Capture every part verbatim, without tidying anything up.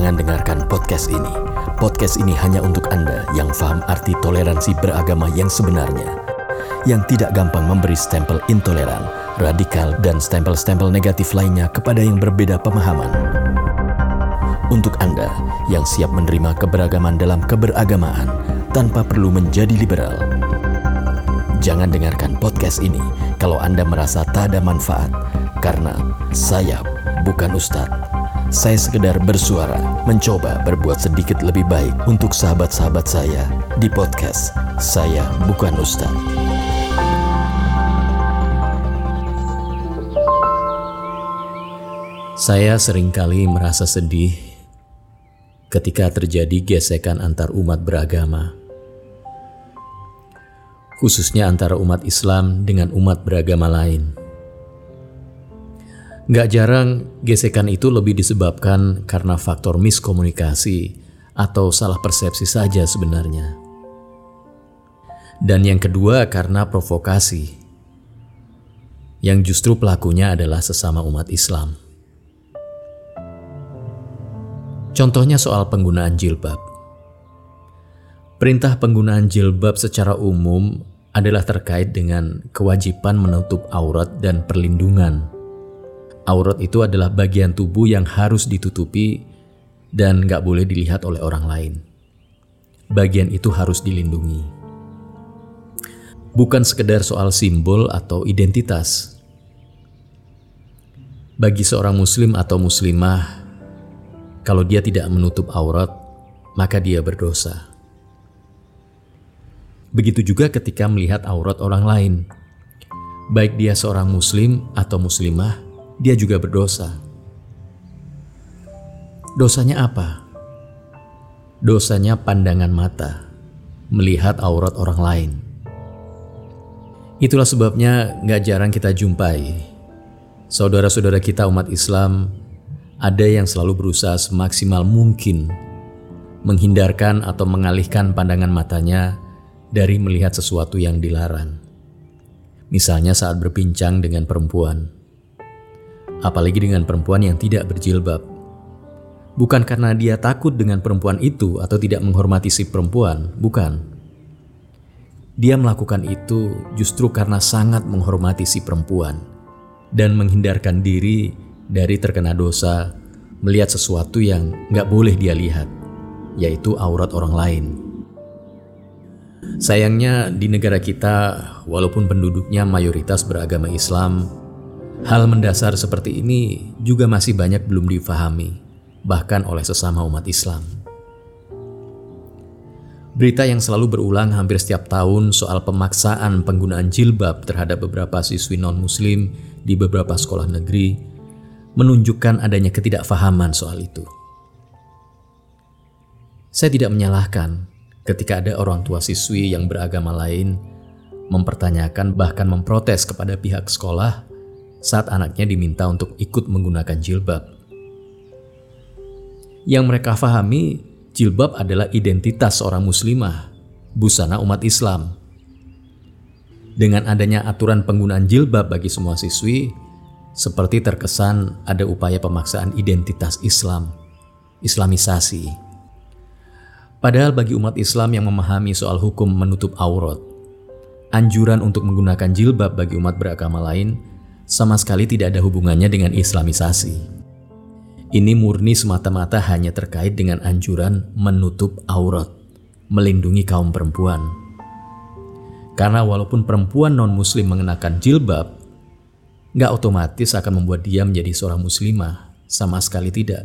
Jangan dengarkan podcast ini. Podcast ini hanya untuk Anda yang paham arti toleransi beragama yang sebenarnya, yang tidak gampang memberi stempel intoleran, radikal, dan stempel-stempel negatif lainnya kepada yang berbeda pemahaman. Untuk Anda yang siap menerima keberagaman dalam keberagamaan tanpa perlu menjadi liberal. Jangan dengarkan podcast ini kalau Anda merasa tak ada manfaat, karena saya bukan ustadz. Saya sekedar bersuara, mencoba berbuat sedikit lebih baik untuk sahabat-sahabat saya di podcast Saya Bukan Ustadz. Saya seringkali merasa sedih ketika terjadi gesekan antar umat beragama, khususnya antara umat Islam dengan umat beragama lain. Gak jarang gesekan itu lebih disebabkan karena faktor miskomunikasi atau salah persepsi saja sebenarnya. Dan yang kedua karena provokasi, yang justru pelakunya adalah sesama umat Islam. Contohnya soal penggunaan jilbab. Perintah penggunaan jilbab secara umum adalah terkait dengan kewajiban menutup aurat dan perlindungan. Aurat itu adalah bagian tubuh yang harus ditutupi dan gak boleh dilihat oleh orang lain. Bagian itu harus dilindungi. Bukan sekedar soal simbol atau identitas. Bagi seorang muslim atau muslimah, kalau dia tidak menutup aurat, maka dia berdosa. Begitu juga ketika melihat aurat orang lain. Baik dia seorang muslim atau muslimah, dia juga berdosa. Dosanya apa? Dosanya pandangan mata, melihat aurat orang lain. Itulah sebabnya gak jarang kita jumpai saudara-saudara kita umat Islam, ada yang selalu berusaha semaksimal mungkin menghindarkan atau mengalihkan pandangan matanya dari melihat sesuatu yang dilarang. Misalnya saat berbincang dengan perempuan. Apalagi dengan perempuan yang tidak berjilbab. Bukan karena dia takut dengan perempuan itu atau tidak menghormati si perempuan, bukan. Dia melakukan itu justru karena sangat menghormati si perempuan dan menghindarkan diri dari terkena dosa melihat sesuatu yang gak boleh dia lihat, yaitu aurat orang lain. Sayangnya di negara kita, walaupun penduduknya mayoritas beragama Islam, hal mendasar seperti ini juga masih banyak belum difahami, bahkan oleh sesama umat Islam. Berita yang selalu berulang hampir setiap tahun soal pemaksaan penggunaan jilbab terhadap beberapa siswi non-muslim di beberapa sekolah negeri menunjukkan adanya ketidakfahaman soal itu. Saya tidak menyalahkan ketika ada orang tua siswi yang beragama lain mempertanyakan bahkan memprotes kepada pihak sekolah saat anaknya diminta untuk ikut menggunakan jilbab. Yang mereka pahami, jilbab adalah identitas seorang muslimah, busana umat Islam. Dengan adanya aturan penggunaan jilbab bagi semua siswi, seperti terkesan ada upaya pemaksaan identitas Islam, Islamisasi. Padahal bagi umat Islam yang memahami soal hukum menutup aurat, anjuran untuk menggunakan jilbab bagi umat beragama lain sama sekali tidak ada hubungannya dengan Islamisasi. Ini murni semata-mata hanya terkait dengan anjuran menutup aurat, melindungi kaum perempuan. Karena walaupun perempuan non-muslim mengenakan jilbab, gak otomatis akan membuat dia menjadi seorang muslimah, sama sekali tidak.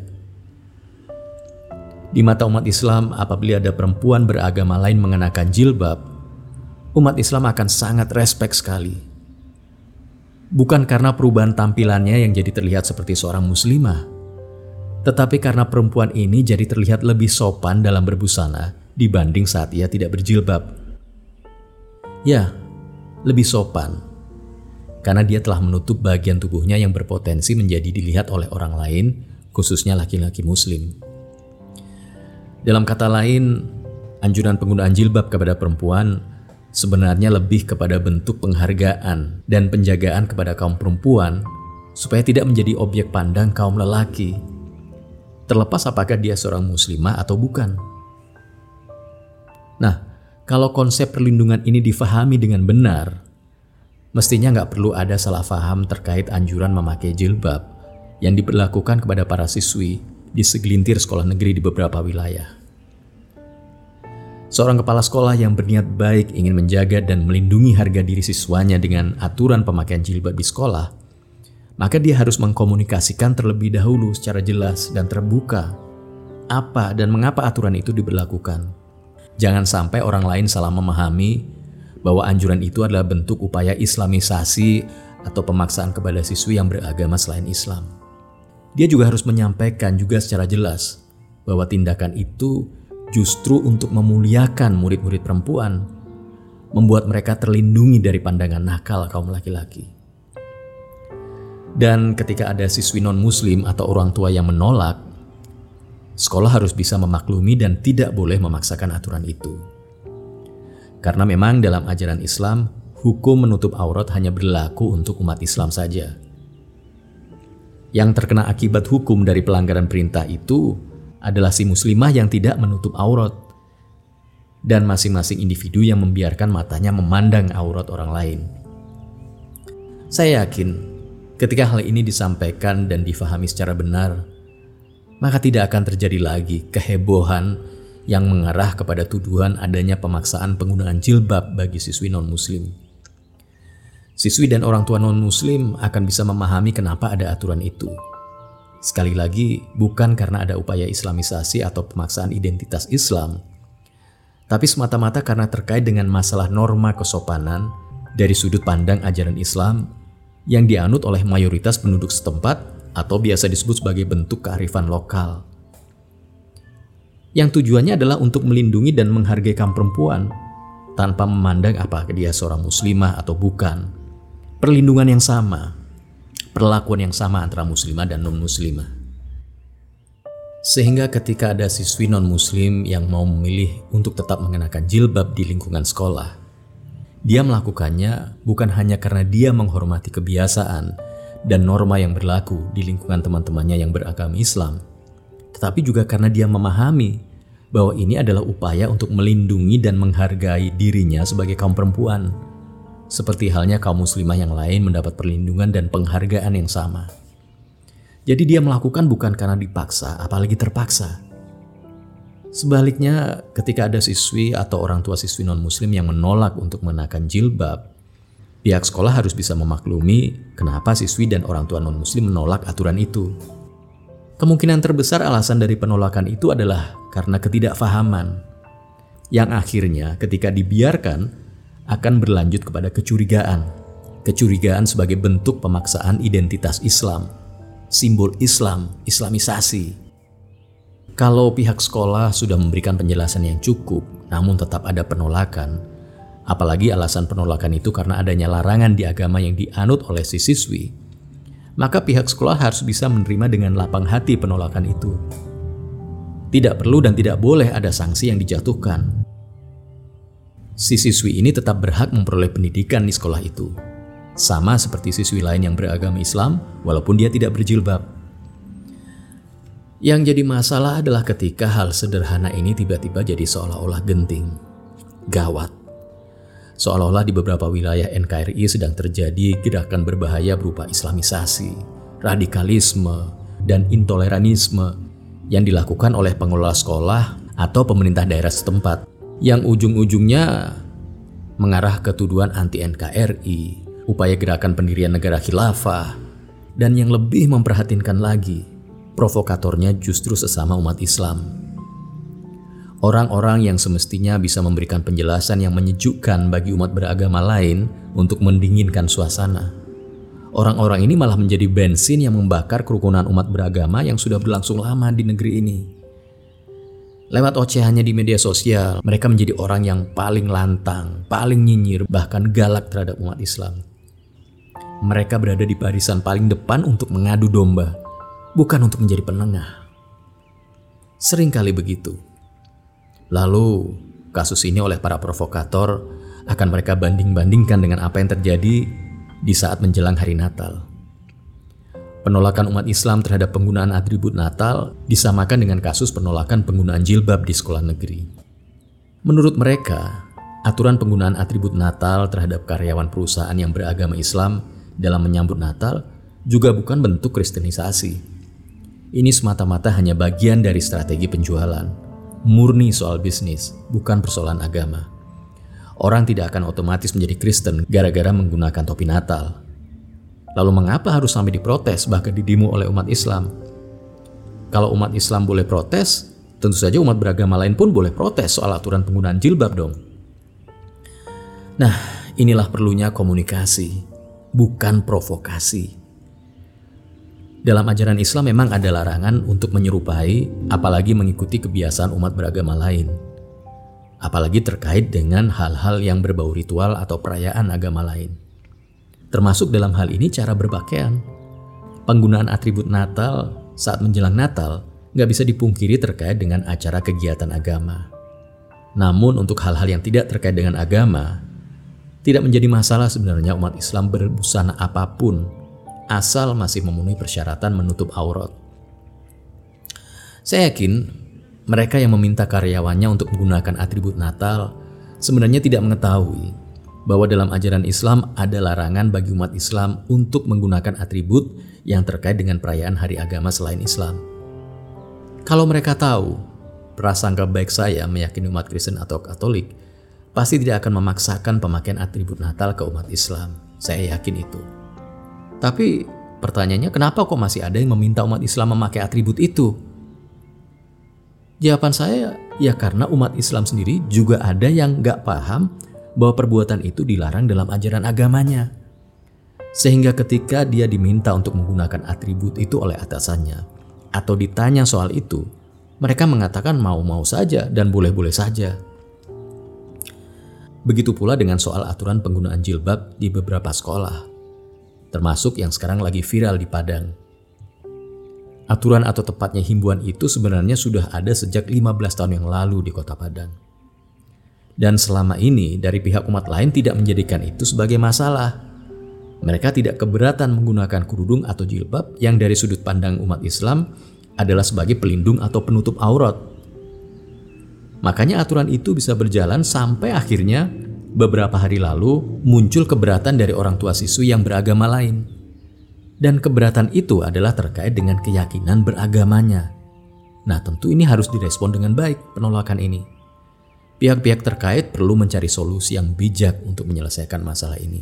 Di mata umat Islam, apabila ada perempuan beragama lain mengenakan jilbab, umat Islam akan sangat respek sekali. Bukan karena perubahan tampilannya yang jadi terlihat seperti seorang muslimah, tetapi karena perempuan ini jadi terlihat lebih sopan dalam berbusana dibanding saat ia tidak berjilbab. Ya, lebih sopan, karena dia telah menutup bagian tubuhnya yang berpotensi menjadi dilihat oleh orang lain, khususnya laki-laki muslim. Dalam kata lain, anjuran penggunaan jilbab kepada perempuan sebenarnya lebih kepada bentuk penghargaan dan penjagaan kepada kaum perempuan supaya tidak menjadi objek pandang kaum lelaki. terlepas apakah dia seorang muslimah atau bukan. Nah, kalau konsep perlindungan ini difahami dengan benar, mestinya nggak perlu ada salah faham terkait anjuran memakai jilbab yang diberlakukan kepada para siswi di segelintir sekolah negeri di beberapa wilayah. Seorang kepala sekolah yang berniat baik ingin menjaga dan melindungi harga diri siswanya dengan aturan pemakaian jilbab di sekolah, maka dia harus mengkomunikasikan terlebih dahulu secara jelas dan terbuka apa dan mengapa aturan itu diberlakukan. Jangan sampai orang lain salah memahami bahwa anjuran itu adalah bentuk upaya islamisasi atau pemaksaan kepada siswi yang beragama selain Islam. Dia juga harus menyampaikan juga secara jelas bahwa tindakan itu justru untuk memuliakan murid-murid perempuan, membuat mereka terlindungi dari pandangan nakal kaum laki-laki. Dan ketika ada siswi non-muslim atau orang tua yang menolak, sekolah harus bisa memaklumi dan tidak boleh memaksakan aturan itu. Karena memang dalam ajaran Islam, hukum menutup aurat hanya berlaku untuk umat Islam saja. Yang terkena akibat hukum dari pelanggaran perintah itu adalah si muslimah yang tidak menutup aurat dan masing-masing individu yang membiarkan matanya memandang aurat orang lain. Saya yakin ketika hal ini disampaikan dan difahami secara benar, maka tidak akan terjadi lagi kehebohan yang mengarah kepada tuduhan adanya pemaksaan penggunaan jilbab bagi siswi non-muslim. Siswi dan orang tua non-muslim akan bisa memahami kenapa ada aturan itu. Sekali lagi, bukan karena ada upaya islamisasi atau pemaksaan identitas Islam, tapi semata-mata karena terkait dengan masalah norma kesopanan dari sudut pandang ajaran Islam yang dianut oleh mayoritas penduduk setempat atau biasa disebut sebagai bentuk kearifan lokal. Yang tujuannya adalah untuk melindungi dan menghargai kaum perempuan tanpa memandang apakah dia seorang muslimah atau bukan. Perlindungan yang sama, perlakuan yang sama antara muslimah dan non-muslimah. Sehingga ketika ada siswi non-muslim yang mau memilih untuk tetap mengenakan jilbab di lingkungan sekolah, dia melakukannya bukan hanya karena dia menghormati kebiasaan dan norma yang berlaku di lingkungan teman-temannya yang beragama Islam, tetapi juga karena dia memahami bahwa ini adalah upaya untuk melindungi dan menghargai dirinya sebagai kaum perempuan, seperti halnya kaum muslimah yang lain mendapat perlindungan dan penghargaan yang sama. Jadi dia melakukan bukan karena dipaksa, apalagi terpaksa. Sebaliknya, ketika ada siswi atau orang tua siswi non-muslim yang menolak untuk mengenakan jilbab, pihak sekolah harus bisa memaklumi kenapa siswi dan orang tua non-muslim menolak aturan itu. Kemungkinan terbesar alasan dari penolakan itu adalah karena ketidakfahaman, yang akhirnya ketika dibiarkan akan berlanjut kepada kecurigaan. Kecurigaan sebagai bentuk pemaksaan identitas Islam, simbol Islam, islamisasi. Kalau pihak sekolah sudah memberikan penjelasan yang cukup, namun tetap ada penolakan, apalagi alasan penolakan itu karena adanya larangan di agama yang dianut oleh si siswi, maka pihak sekolah harus bisa menerima dengan lapang hati penolakan itu. Tidak perlu dan tidak boleh ada sanksi yang dijatuhkan. Si siswi ini tetap berhak memperoleh pendidikan di sekolah itu, sama seperti siswi lain yang beragama Islam walaupun dia tidak berjilbab. Yang jadi masalah adalah ketika hal sederhana ini tiba-tiba jadi seolah-olah genting, gawat. Seolah-olah di beberapa wilayah N K R I sedang terjadi gerakan berbahaya berupa islamisasi, radikalisme, dan intoleranisme yang dilakukan oleh pengelola sekolah atau pemerintah daerah setempat, yang ujung-ujungnya mengarah ke tuduhan anti N K R I, upaya gerakan pendirian negara khilafah, dan yang lebih memprihatinkan lagi, provokatornya justru sesama umat Islam. Orang-orang yang semestinya bisa memberikan penjelasan yang menyejukkan bagi umat beragama lain untuk mendinginkan suasana. Orang-orang ini malah menjadi bensin yang membakar kerukunan umat beragama yang sudah berlangsung lama di negeri ini. Lewat ocehannya di media sosial, mereka menjadi orang yang paling lantang, paling nyinyir, bahkan galak terhadap umat Islam. Mereka berada di barisan paling depan untuk mengadu domba, bukan untuk menjadi penengah. Seringkali begitu. Lalu, kasus ini oleh para provokator akan mereka banding-bandingkan dengan apa yang terjadi di saat menjelang hari Natal. Penolakan umat Islam terhadap penggunaan atribut Natal disamakan dengan kasus penolakan penggunaan jilbab di sekolah negeri. Menurut mereka, aturan penggunaan atribut Natal terhadap karyawan perusahaan yang beragama Islam dalam menyambut Natal juga bukan bentuk kristenisasi. Ini semata-mata hanya bagian dari strategi penjualan, murni soal bisnis, bukan persoalan agama. Orang tidak akan otomatis menjadi Kristen gara-gara menggunakan topi Natal. Lalu mengapa harus sampai diprotes bahkan didemo oleh umat Islam? Kalau umat Islam boleh protes, tentu saja umat beragama lain pun boleh protes soal aturan penggunaan jilbab dong. Nah, inilah perlunya komunikasi, bukan provokasi. Dalam ajaran Islam memang ada larangan untuk menyerupai, apalagi mengikuti kebiasaan umat beragama lain. Apalagi terkait dengan hal-hal yang berbau ritual atau perayaan agama lain. Termasuk dalam hal ini cara berpakaian. Penggunaan atribut Natal saat menjelang Natal nggak bisa dipungkiri terkait dengan acara kegiatan agama. Namun untuk hal-hal yang tidak terkait dengan agama, tidak menjadi masalah sebenarnya umat Islam berbusana apapun, asal masih memenuhi persyaratan menutup aurat. Saya yakin mereka yang meminta karyawannya untuk menggunakan atribut Natal sebenarnya tidak mengetahui bahwa dalam ajaran Islam ada larangan bagi umat Islam untuk menggunakan atribut yang terkait dengan perayaan hari agama selain Islam. Kalau mereka tahu, prasangka baik saya meyakini umat Kristen atau Katolik pasti tidak akan memaksakan pemakaian atribut Natal ke umat Islam. Saya yakin itu. Tapi pertanyaannya, kenapa kok masih ada yang meminta umat Islam memakai atribut itu? Jawaban saya, ya karena umat Islam sendiri juga ada yang gak paham bahwa perbuatan itu dilarang dalam ajaran agamanya. Sehingga ketika dia diminta untuk menggunakan atribut itu oleh atasannya, atau ditanya soal itu, mereka mengatakan mau-mau saja dan boleh-boleh saja. Begitu pula dengan soal aturan penggunaan jilbab di beberapa sekolah, termasuk yang sekarang lagi viral di Padang. Aturan atau tepatnya himbauan itu sebenarnya sudah ada sejak lima belas tahun yang lalu di Kota Padang. Dan selama ini dari pihak umat lain tidak menjadikan itu sebagai masalah. Mereka tidak keberatan menggunakan kerudung atau jilbab yang dari sudut pandang umat Islam adalah sebagai pelindung atau penutup aurat. Makanya aturan itu bisa berjalan sampai akhirnya beberapa hari lalu muncul keberatan dari orang tua siswi yang beragama lain. Dan keberatan itu adalah terkait dengan keyakinan beragamanya. Nah, tentu ini harus direspon dengan baik penolakan ini. Pihak-pihak terkait perlu mencari solusi yang bijak untuk menyelesaikan masalah ini.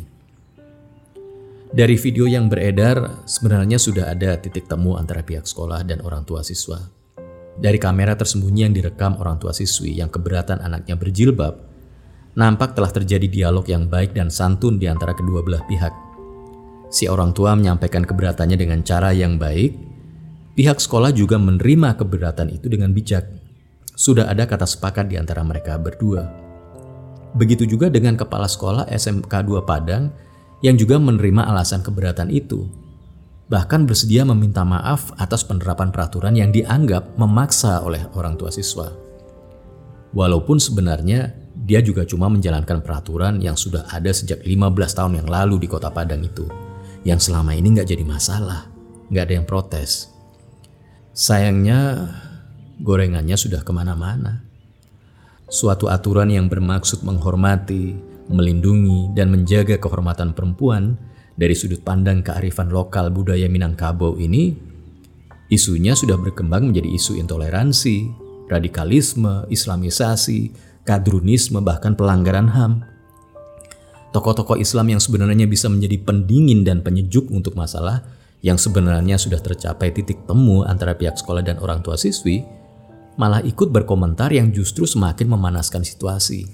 Dari video yang beredar, sebenarnya sudah ada titik temu antara pihak sekolah dan orang tua siswa. Dari kamera tersembunyi yang direkam orang tua siswi yang keberatan anaknya berjilbab, nampak telah terjadi dialog yang baik dan santun di antara kedua belah pihak. Si orang tua menyampaikan keberatannya dengan cara yang baik, pihak sekolah juga menerima keberatan itu dengan bijak. Sudah ada kata sepakat di antara mereka berdua. Begitu juga dengan kepala sekolah S M K dua Padang yang juga menerima alasan keberatan itu. Bahkan bersedia meminta maaf atas penerapan peraturan yang dianggap memaksa oleh orang tua siswa. Walaupun sebenarnya dia juga cuma menjalankan peraturan yang sudah ada sejak lima belas tahun yang lalu di Kota Padang itu, yang selama ini gak jadi masalah, gak ada yang protes. Sayangnya gorengannya sudah kemana-mana. Suatu aturan yang bermaksud menghormati, melindungi, dan menjaga kehormatan perempuan dari sudut pandang kearifan lokal budaya Minangkabau ini, isunya sudah berkembang menjadi isu intoleransi, radikalisme, islamisasi, kadrunisme, bahkan pelanggaran H A M. Tokoh-tokoh Islam yang sebenarnya bisa menjadi pendingin dan penyejuk untuk masalah yang sebenarnya sudah tercapai titik temu antara pihak sekolah dan orang tua siswi, malah ikut berkomentar yang justru semakin memanaskan situasi.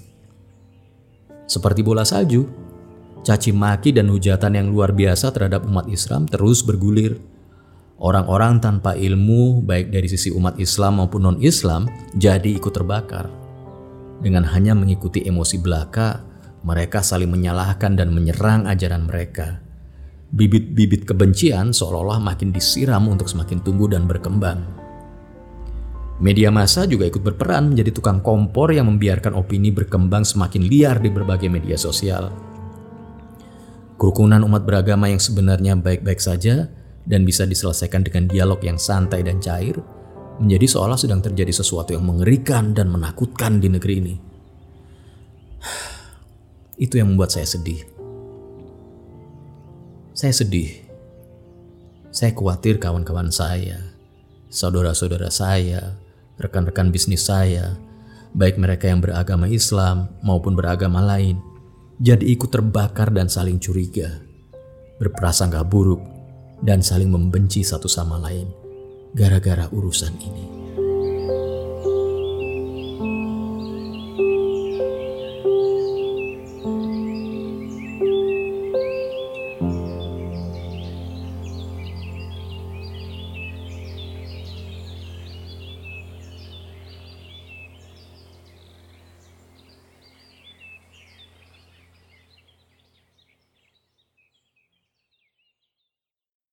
Seperti bola salju, caci maki dan hujatan yang luar biasa terhadap umat Islam terus bergulir. Orang-orang tanpa ilmu, baik dari sisi umat Islam maupun non-Islam, jadi ikut terbakar. Dengan hanya mengikuti emosi belaka, mereka saling menyalahkan dan menyerang ajaran mereka. Bibit-bibit kebencian seolah-olah makin disiram untuk semakin tumbuh dan berkembang. Media massa juga ikut berperan menjadi tukang kompor yang membiarkan opini berkembang semakin liar di berbagai media sosial. Kerukunan umat beragama yang sebenarnya baik-baik saja dan bisa diselesaikan dengan dialog yang santai dan cair, menjadi seolah sedang terjadi sesuatu yang mengerikan dan menakutkan di negeri ini. Itu yang membuat saya sedih. Saya sedih. Saya khawatir kawan-kawan saya, saudara-saudara saya, rekan-rekan bisnis saya, baik mereka yang beragama Islam maupun beragama lain, jadi ikut terbakar dan saling curiga, berprasangka buruk, dan saling membenci satu sama lain gara-gara urusan ini.